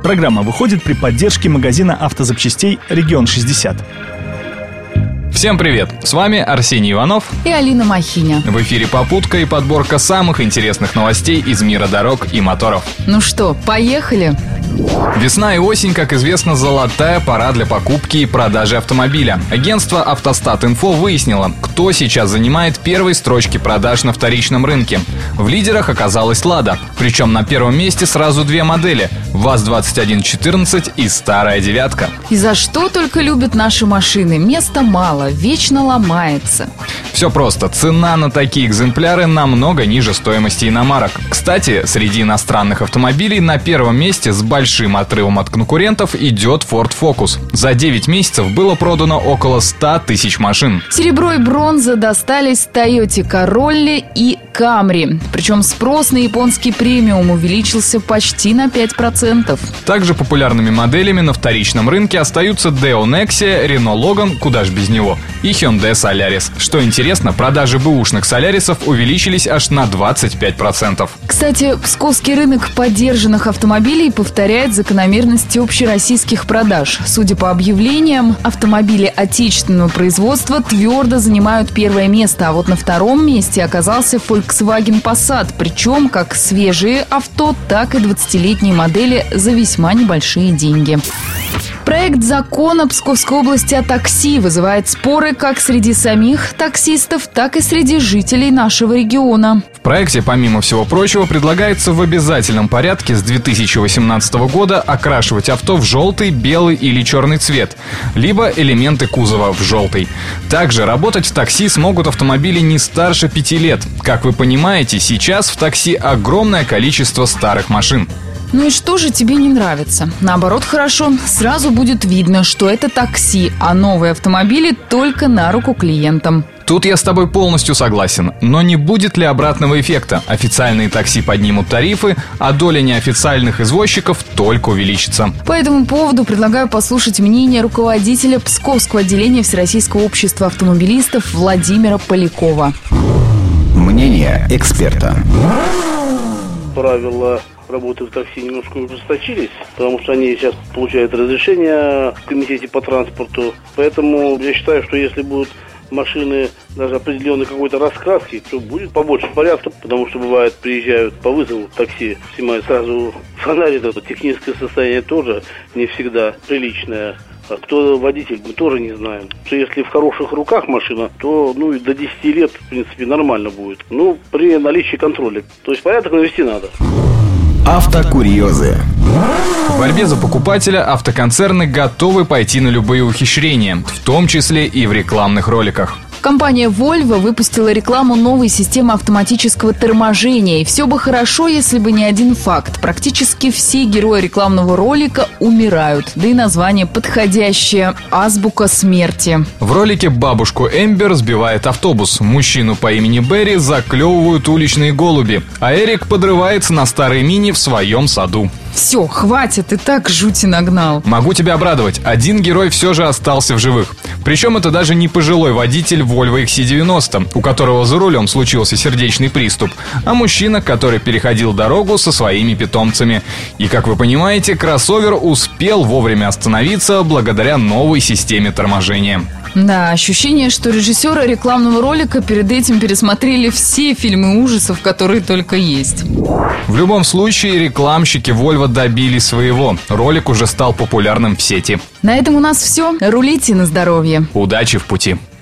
Программа выходит при поддержке магазина автозапчастей «Регион 60». Всем привет! С вами Арсений Иванов и Алина Махиня. В эфире попутка и подборка самых интересных новостей из мира дорог и моторов. Ну что, поехали? Весна и осень, как известно, золотая пора для покупки и продажи автомобиля. Агентство «Автостат.Инфо» выяснило, кто сейчас занимает первые строчки продаж на вторичном рынке. В лидерах оказалась «Лада», причем на первом месте сразу две модели – ВАЗ-2114 и старая «девятка». И за что только любят наши машины? Места мало, вечно ломается. Все просто. Цена на такие экземпляры намного ниже стоимости иномарок. Кстати, среди иностранных автомобилей на первом месте с большим отрывом от конкурентов идет Ford Focus. За 9 месяцев было продано около 100 тысяч машин. Серебро и бронза достались Toyota Corolla и Camry. Причем спрос на японский премиум увеличился почти на 5%. Также популярными моделями на вторичном рынке остаются Deo Nexia, Renault Logan, куда ж без него, и Hyundai Solaris. Что интересно, продажи бэушных Солярисов увеличились аж на 25%. Кстати, псковский рынок подержанных автомобилей повторяет закономерности общероссийских продаж. Судя по объявлениям, автомобили отечественного производства твердо занимают первое место, а вот на втором месте оказался Volkswagen Passat, причем как свежие авто, так и 20-летние модели за весьма небольшие деньги. Проект закона Псковской области о такси вызывает споры как среди самих таксистов, так и среди жителей нашего региона. В проекте, помимо всего прочего, предлагается в обязательном порядке с 2018 года окрашивать авто в желтый, белый или черный цвет, либо элементы кузова в желтый. Также работать в такси смогут автомобили не старше 5 лет. Как вы понимаете, сейчас в такси огромное количество старых машин. Ну и что же тебе не нравится? Наоборот, хорошо. Сразу будет видно, что это такси, а новые автомобили только на руку клиентам. Тут я с тобой полностью согласен. Но не будет ли обратного эффекта? Официальные такси поднимут тарифы, а доля неофициальных извозчиков только увеличится. По этому поводу предлагаю послушать мнение руководителя Псковского отделения Всероссийского общества автомобилистов Владимира Полякова. Мнение эксперта. Правила работы в такси немножко ужесточились, потому что они сейчас получают разрешение в комитете по транспорту. Поэтому я считаю, что если будут машины даже определенной какой-то раскраски, то будет побольше порядка, потому что бывает, приезжают по вызову в такси, снимают сразу фонарь, это техническое состояние тоже не всегда приличное. А кто водитель, мы тоже не знаем. Что если в хороших руках машина, то и до 10 лет, в принципе, нормально будет. При наличии контроля. То есть порядок навести надо. Автокурьезы. В борьбе за покупателя автоконцерны готовы пойти на любые ухищрения, в том числе и в рекламных роликах. Компания Volvo выпустила рекламу новой системы автоматического торможения. И все бы хорошо, если бы не один факт. Практически все герои рекламного ролика умирают. Да и название подходящее – «Азбука смерти». В ролике бабушку Эмбер сбивает автобус. Мужчину по имени Берри заклевывают уличные голуби. А Эрик подрывается на старой мини в своем саду. Все, хватит, и так жути нагнал. Могу тебя обрадовать, один герой все же остался в живых. Причем это даже не пожилой водитель Volvo XC90, у которого за рулем случился сердечный приступ, а мужчина, который переходил дорогу со своими питомцами. И, как вы понимаете, кроссовер успел вовремя остановиться благодаря новой системе торможения. Да, ощущение, что режиссеры рекламного ролика перед этим пересмотрели все фильмы ужасов, которые только есть. В любом случае, рекламщики Volvo добились своего. Ролик уже стал популярным в сети. На этом у нас все. Рулите на здоровье. Удачи в пути.